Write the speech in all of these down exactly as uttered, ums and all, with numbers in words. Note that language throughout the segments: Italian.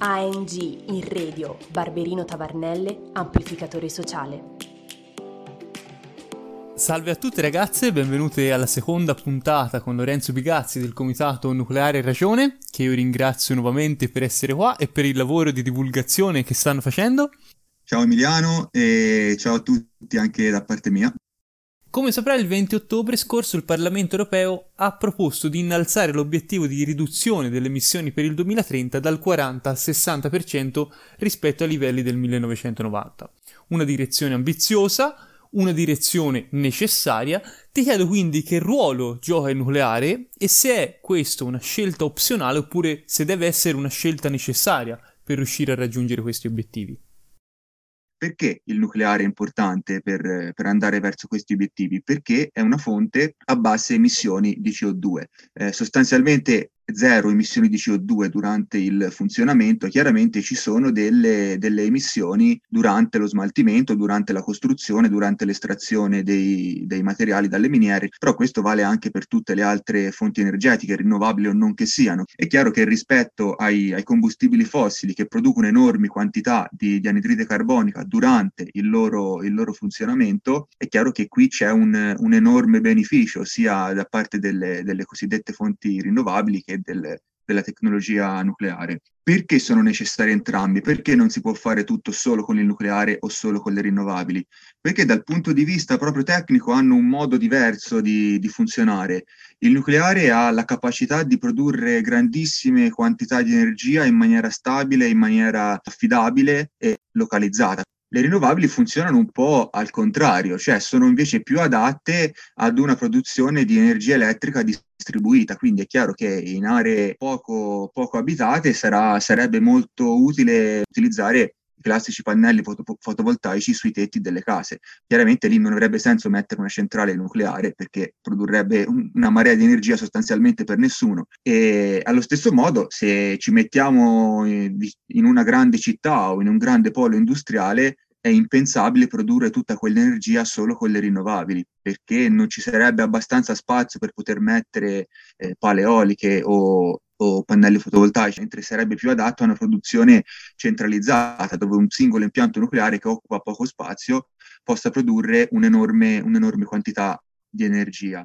A N G in radio, Barberino Tavernelle, amplificatore sociale. Salve a tutte ragazze, benvenute alla seconda puntata con Lorenzo Bigazzi del Comitato Nucleare Ragione, che io ringrazio nuovamente per essere qua e per il lavoro di divulgazione che stanno facendo. Ciao Emiliano e ciao a tutti anche da parte mia. Come saprai, il venti ottobre scorso il Parlamento europeo ha proposto di innalzare l'obiettivo di riduzione delle emissioni per il duemilatrenta dal quaranta al sessanta per cento rispetto ai livelli del millenovecentonovanta. Una direzione ambiziosa, una direzione necessaria. Ti chiedo quindi che ruolo gioca il nucleare e se è questo una scelta opzionale oppure se deve essere una scelta necessaria per riuscire a raggiungere questi obiettivi. Perché il nucleare è importante per, per andare verso questi obiettivi? Perché è una fonte a basse emissioni di C O due. Eh, sostanzialmente zero emissioni di C O due durante il funzionamento. Chiaramente ci sono delle, delle emissioni durante lo smaltimento, durante la costruzione, durante l'estrazione dei, dei materiali dalle miniere, però questo vale anche per tutte le altre fonti energetiche, rinnovabili o non che siano. È chiaro che rispetto ai, ai combustibili fossili che producono enormi quantità di, di anidride carbonica durante il loro, il loro funzionamento, è chiaro che qui c'è un, un enorme beneficio sia da parte delle, delle cosiddette fonti rinnovabili che del, della tecnologia nucleare. Perché sono necessari entrambi? Perché non si può fare tutto solo con il nucleare o solo con le rinnovabili? Perché dal punto di vista proprio tecnico hanno un modo diverso di, di funzionare. Il nucleare ha la capacità di produrre grandissime quantità di energia in maniera stabile, in maniera affidabile e localizzata. Le rinnovabili funzionano un po' al contrario, cioè sono invece più adatte ad una produzione di energia elettrica distribuita, quindi è chiaro che in aree poco, poco abitate sarà, sarebbe molto utile utilizzare i classici pannelli foto, fotovoltaici sui tetti delle case. Chiaramente lì non avrebbe senso mettere una centrale nucleare perché produrrebbe un, una marea di energia sostanzialmente per nessuno. E allo stesso modo, se ci mettiamo in, in una grande città o in un grande polo industriale, è impensabile produrre tutta quell'energia solo con le rinnovabili, perché non ci sarebbe abbastanza spazio per poter mettere eh, pale eoliche o, o pannelli fotovoltaici, mentre sarebbe più adatto a una produzione centralizzata, dove un singolo impianto nucleare che occupa poco spazio possa produrre un'enorme, un'enorme quantità di energia.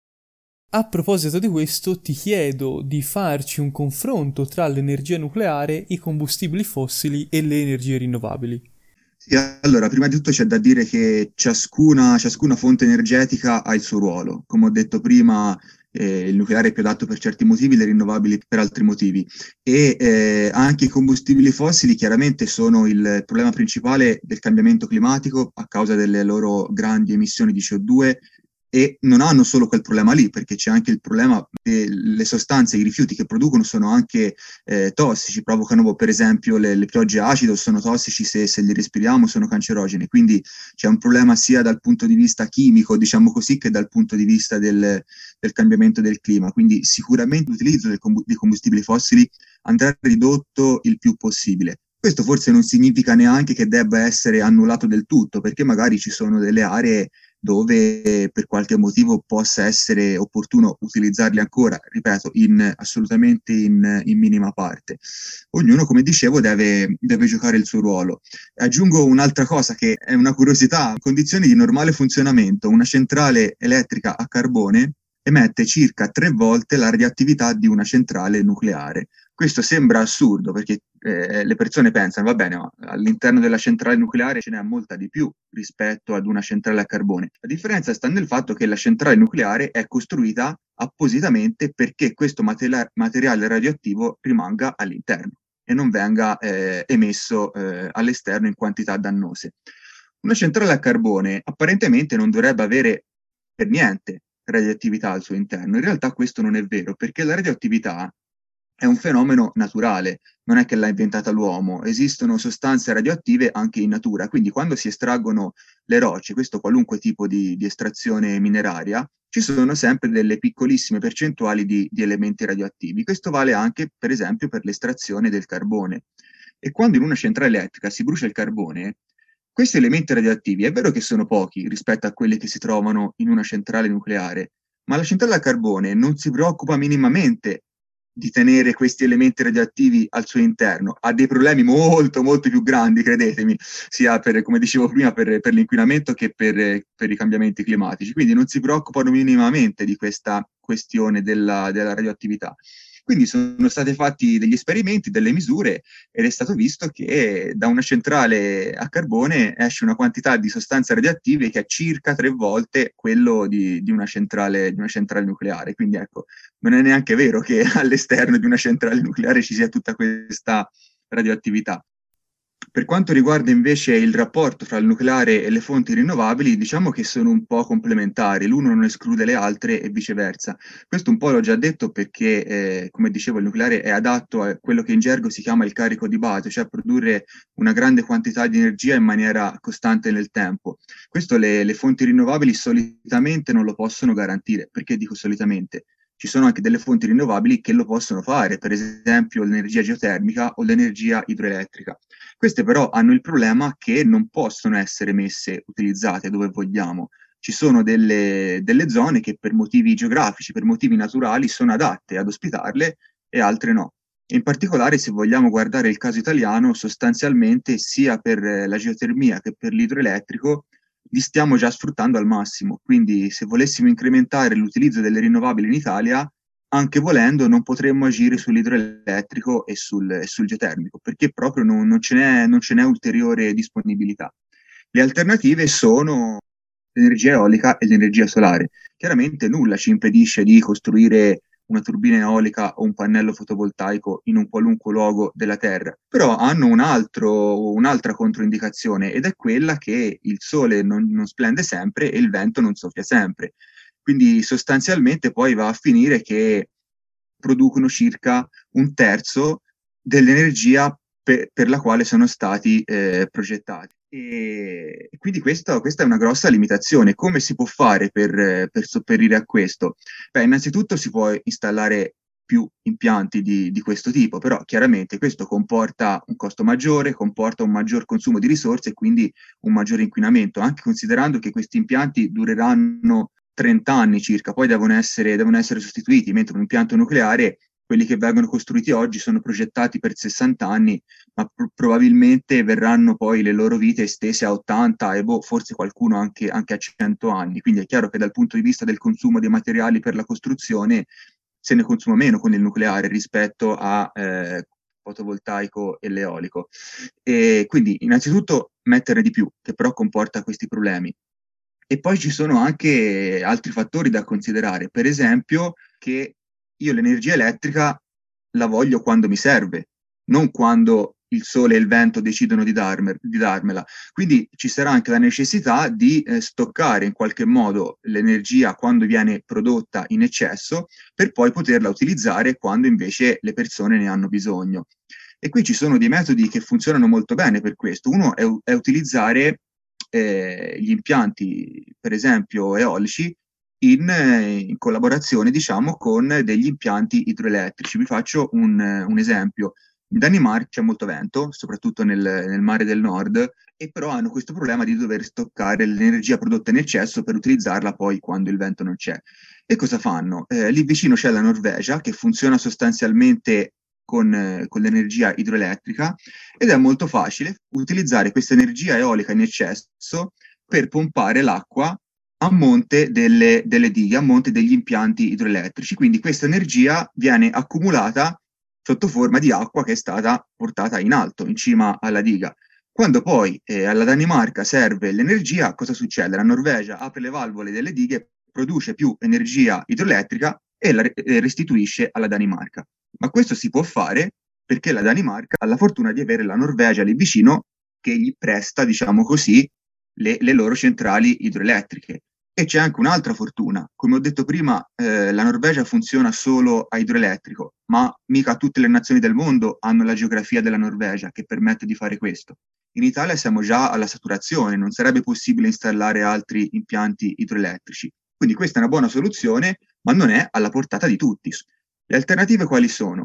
A proposito di questo, ti chiedo di farci un confronto tra l'energia nucleare, i combustibili fossili e le energie rinnovabili. Sì, allora, prima di tutto c'è da dire che ciascuna, ciascuna fonte energetica ha il suo ruolo. Come ho detto prima, eh, il nucleare è più adatto per certi motivi, le rinnovabili per altri motivi. E eh, anche i combustibili fossili chiaramente sono il problema principale del cambiamento climatico a causa delle loro grandi emissioni di C O due. E non hanno solo quel problema lì, perché c'è anche il problema che le sostanze, i rifiuti che producono sono anche eh, tossici, provocano per esempio le, le piogge acide, sono tossici se, se li respiriamo, sono cancerogeni. Quindi c'è un problema sia dal punto di vista chimico, diciamo così, che dal punto di vista del, del cambiamento del clima. Quindi sicuramente l'utilizzo del combu- dei combustibili fossili andrà ridotto il più possibile. Questo forse non significa neanche che debba essere annullato del tutto, perché magari ci sono delle aree dove per qualche motivo possa essere opportuno utilizzarli ancora, ripeto, in, assolutamente in, in minima parte. Ognuno, come dicevo, deve, deve giocare il suo ruolo. Aggiungo un'altra cosa che è una curiosità: in condizioni di normale funzionamento, una centrale elettrica a carbone emette circa tre volte la radioattività di una centrale nucleare. Questo sembra assurdo perché eh, le persone pensano, va bene, ma all'interno della centrale nucleare ce n'è molta di più rispetto ad una centrale a carbone. La differenza sta nel fatto che la centrale nucleare è costruita appositamente perché questo materiale, materiale radioattivo rimanga all'interno e non venga eh, emesso eh, all'esterno in quantità dannose. Una centrale a carbone apparentemente non dovrebbe avere per niente radioattività al suo interno. In realtà questo non è vero, perché la radioattività è un fenomeno naturale, non è che l'ha inventata l'uomo, esistono sostanze radioattive anche in natura, quindi quando si estraggono le rocce, questo qualunque tipo di, di estrazione mineraria, ci sono sempre delle piccolissime percentuali di, di elementi radioattivi. Questo vale anche, per esempio, per l'estrazione del carbone. E quando in una centrale elettrica si brucia il carbone, questi elementi radioattivi è vero che sono pochi rispetto a quelli che si trovano in una centrale nucleare, ma la centrale a carbone non si preoccupa minimamente di tenere questi elementi radioattivi al suo interno. Ha dei problemi molto, molto più grandi, credetemi, sia per, come dicevo prima, per, per l'inquinamento che per, per i cambiamenti climatici. Quindi non si preoccupano minimamente di questa questione della, della radioattività. Quindi sono stati fatti degli esperimenti, delle misure, ed è stato visto che da una centrale a carbone esce una quantità di sostanze radioattive che è circa tre volte quello di, di una centrale, di una centrale nucleare. Quindi ecco, non è neanche vero che all'esterno di una centrale nucleare ci sia tutta questa radioattività. Per quanto riguarda invece il rapporto fra il nucleare e le fonti rinnovabili, diciamo che sono un po' complementari, l'uno non esclude le altre e viceversa. Questo un po' l'ho già detto perché, eh, come dicevo, il nucleare è adatto a quello che in gergo si chiama il carico di base, cioè a produrre una grande quantità di energia in maniera costante nel tempo. Questo le, le fonti rinnovabili solitamente non lo possono garantire. Perché dico solitamente? Ci sono anche delle fonti rinnovabili che lo possono fare, per esempio l'energia geotermica o l'energia idroelettrica. Queste però hanno il problema che non possono essere messe, utilizzate dove vogliamo. Ci sono delle, delle zone che per motivi geografici, per motivi naturali, sono adatte ad ospitarle e altre no. In particolare, se vogliamo guardare il caso italiano, sostanzialmente sia per la geotermia che per l'idroelettrico, li stiamo già sfruttando al massimo. Quindi se volessimo incrementare l'utilizzo delle rinnovabili in Italia, anche volendo non potremmo agire sull'idroelettrico e sul, e sul geotermico, perché proprio non, non, ce n'è, non ce n'è ulteriore disponibilità. Le alternative sono l'energia eolica e l'energia solare. Chiaramente nulla ci impedisce di costruire una turbina eolica o un pannello fotovoltaico in un qualunque luogo della Terra, però hanno un altro, un'altra controindicazione, ed è quella che il sole non, non splende sempre e il vento non soffia sempre. Quindi sostanzialmente poi va a finire che producono circa un terzo dell'energia per, per la quale sono stati eh, progettati. E quindi questo, questa è una grossa limitazione. Come si può fare per, per sopperire a questo? Beh, innanzitutto si può installare più impianti di, di questo tipo, però chiaramente questo comporta un costo maggiore, comporta un maggior consumo di risorse e quindi un maggiore inquinamento, anche considerando che questi impianti dureranno trenta anni circa, poi devono essere, devono essere sostituiti, mentre un impianto nucleare, quelli che vengono costruiti oggi, sono progettati per sessanta anni, ma pr- probabilmente verranno poi le loro vite estese a ottanta e boh, forse qualcuno anche, anche a cento anni. Quindi è chiaro che dal punto di vista del consumo dei materiali per la costruzione se ne consuma meno con il nucleare rispetto a eh, fotovoltaico e l'eolico. E quindi innanzitutto metterne di più, che però comporta questi problemi. E poi ci sono anche altri fattori da considerare, per esempio che io l'energia elettrica la voglio quando mi serve, non quando il sole e il vento decidono di, darme, di darmela. Quindi ci sarà anche la necessità di eh, stoccare in qualche modo l'energia quando viene prodotta in eccesso, per poi poterla utilizzare quando invece le persone ne hanno bisogno. E qui ci sono dei metodi che funzionano molto bene per questo. Uno è, è utilizzare eh, gli impianti, per esempio eolici, in, eh, in collaborazione, diciamo, con degli impianti idroelettrici. Vi faccio un, un esempio. In Danimarca c'è molto vento, soprattutto nel, nel mare del nord, e però hanno questo problema di dover stoccare l'energia prodotta in eccesso per utilizzarla poi quando il vento non c'è. E cosa fanno? Eh, lì vicino c'è la Norvegia, che funziona sostanzialmente con, eh, con l'energia idroelettrica, ed è molto facile utilizzare questa energia eolica in eccesso per pompare l'acqua a monte delle, delle dighe, a monte degli impianti idroelettrici. Quindi questa energia viene accumulata sotto forma di acqua che è stata portata in alto, in cima alla diga. Quando poi eh, alla Danimarca serve l'energia, cosa succede? La Norvegia apre le valvole delle dighe, produce più energia idroelettrica e la restituisce alla Danimarca. Ma questo si può fare perché la Danimarca ha la fortuna di avere la Norvegia lì vicino che gli presta, diciamo così, le, le loro centrali idroelettriche. E c'è anche un'altra fortuna. Come ho detto prima, eh, la Norvegia funziona solo a idroelettrico, ma mica tutte le nazioni del mondo hanno la geografia della Norvegia che permette di fare questo. In Italia siamo già alla saturazione, non sarebbe possibile installare altri impianti idroelettrici. Quindi questa è una buona soluzione, ma non è alla portata di tutti. Le alternative quali sono?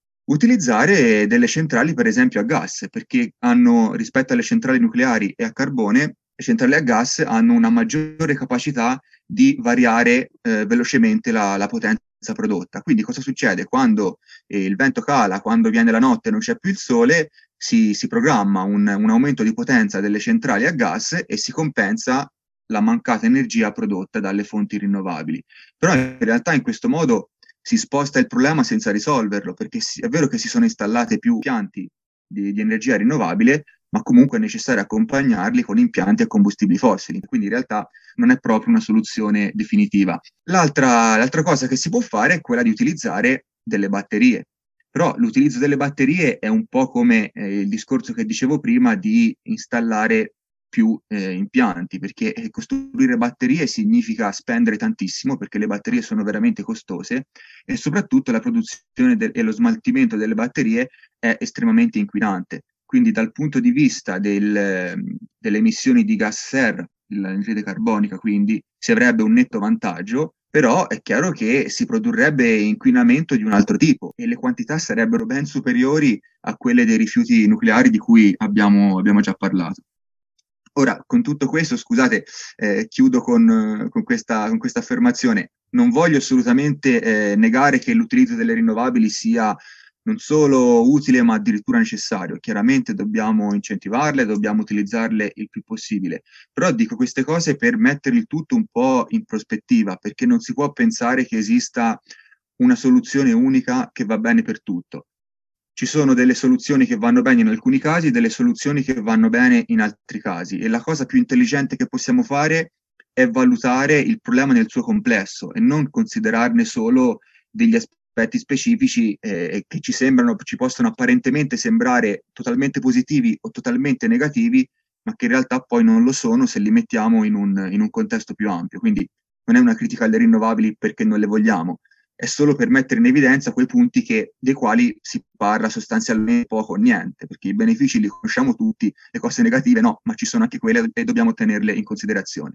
Utilizzare delle centrali, per esempio, a gas, perché hanno, rispetto alle centrali nucleari e a carbone, le centrali a gas hanno una maggiore capacità di variare eh, velocemente la, la potenza prodotta. Quindi cosa succede? Quando eh, il vento cala, quando viene la notte e non c'è più il sole, si, si programma un, un aumento di potenza delle centrali a gas e si compensa la mancata energia prodotta dalle fonti rinnovabili. Però in realtà in questo modo si sposta il problema senza risolverlo, perché si, è vero che si sono installate più impianti di, di energia rinnovabile, ma comunque è necessario accompagnarli con impianti a combustibili fossili, quindi in realtà non è proprio una soluzione definitiva. L'altra, l'altra cosa che si può fare è quella di utilizzare delle batterie, però l'utilizzo delle batterie è un po' come eh, il discorso che dicevo prima di installare più eh, impianti, perché costruire batterie significa spendere tantissimo, perché le batterie sono veramente costose e soprattutto la produzione de- e lo smaltimento delle batterie è estremamente inquinante. Quindi dal punto di vista del, delle emissioni di gas serra, l'anidride carbonica, quindi si avrebbe un netto vantaggio, però è chiaro che si produrrebbe inquinamento di un altro tipo e le quantità sarebbero ben superiori a quelle dei rifiuti nucleari di cui abbiamo, abbiamo già parlato. Ora, con tutto questo, scusate, eh, chiudo con, con, questa, con questa affermazione. Non voglio assolutamente eh, negare che l'utilizzo delle rinnovabili sia non solo utile ma addirittura necessario. Chiaramente dobbiamo incentivarle, dobbiamo utilizzarle il più possibile, però dico queste cose per mettere il tutto un po' in prospettiva, perché non si può pensare che esista una soluzione unica che va bene per tutto. Ci sono delle soluzioni che vanno bene in alcuni casi e delle soluzioni che vanno bene in altri casi, e la cosa più intelligente che possiamo fare è valutare il problema nel suo complesso e non considerarne solo degli aspetti aspetti specifici eh, che ci sembrano, ci possono apparentemente sembrare totalmente positivi o totalmente negativi, ma che in realtà poi non lo sono se li mettiamo in un, in un contesto più ampio. Quindi non è una critica alle rinnovabili perché non le vogliamo, è solo per mettere in evidenza quei punti che, dei quali si parla sostanzialmente poco o niente, perché i benefici li conosciamo tutti, le cose negative no, ma ci sono anche quelle e dobbiamo tenerle in considerazione.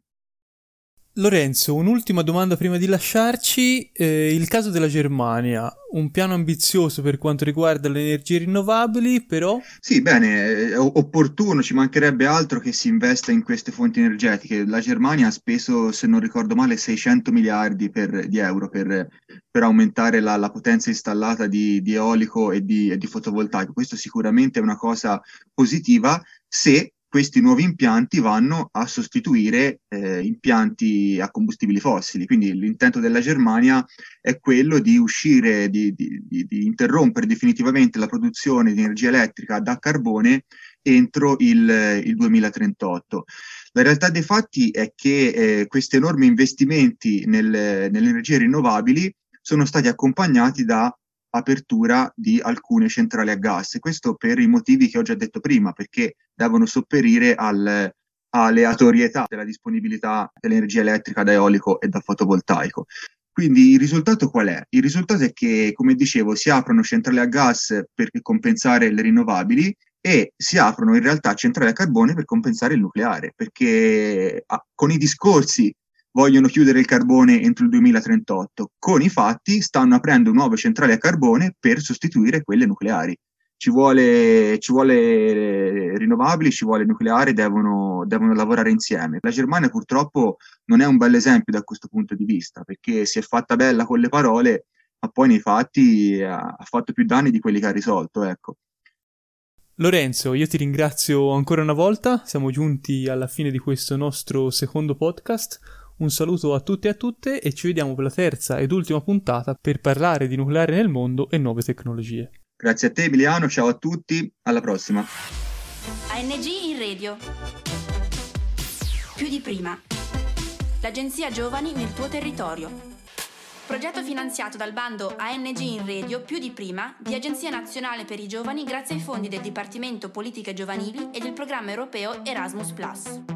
Lorenzo, un'ultima domanda prima di lasciarci. Eh, il caso della Germania, un piano ambizioso per quanto riguarda le energie rinnovabili, però... Sì, bene, è opportuno, ci mancherebbe altro che si investa in queste fonti energetiche. La Germania ha speso, se non ricordo male, seicento miliardi per, di euro per, per aumentare la, la potenza installata di, di eolico e di, e di fotovoltaico. Questo sicuramente è una cosa positiva se questi nuovi impianti vanno a sostituire eh, impianti a combustibili fossili. Quindi l'intento della Germania è quello di uscire, di, di, di, di interrompere definitivamente la produzione di energia elettrica da carbone entro il, il duemilatrentotto. La realtà dei fatti è che eh, questi enormi investimenti nel, nelle energie rinnovabili sono stati accompagnati da apertura di alcune centrali a gas, e questo per i motivi che ho già detto prima, perché devono sopperire al, all'aleatorietà della disponibilità dell'energia elettrica da eolico e da fotovoltaico. Quindi il risultato qual è? Il risultato è che, come dicevo, si aprono centrali a gas per compensare le rinnovabili e si aprono in realtà centrali a carbone per compensare il nucleare, perché ah, con i discorsi vogliono chiudere il carbone entro il duemilatrentotto, con i fatti stanno aprendo nuove centrali a carbone per sostituire quelle nucleari. Ci vuole, ci vuole rinnovabili, ci vuole nucleare, devono, devono lavorare insieme. La Germania purtroppo non è un bel esempio da questo punto di vista, perché si è fatta bella con le parole, ma poi nei fatti ha, ha fatto più danni di quelli che ha risolto, ecco. Lorenzo, io ti ringrazio ancora una volta, siamo giunti alla fine di questo nostro secondo podcast. Un saluto a tutti e a tutte e ci vediamo per la terza ed ultima puntata per parlare di nucleare nel mondo e nuove tecnologie. Grazie a te Emiliano, ciao a tutti, alla prossima. A N G in radio. Più di prima. L'agenzia Giovani nel tuo territorio. Progetto finanziato dal bando A N G in radio più di prima di Agenzia Nazionale per i Giovani grazie ai fondi del Dipartimento Politiche Giovanili e del programma europeo Erasmus plus.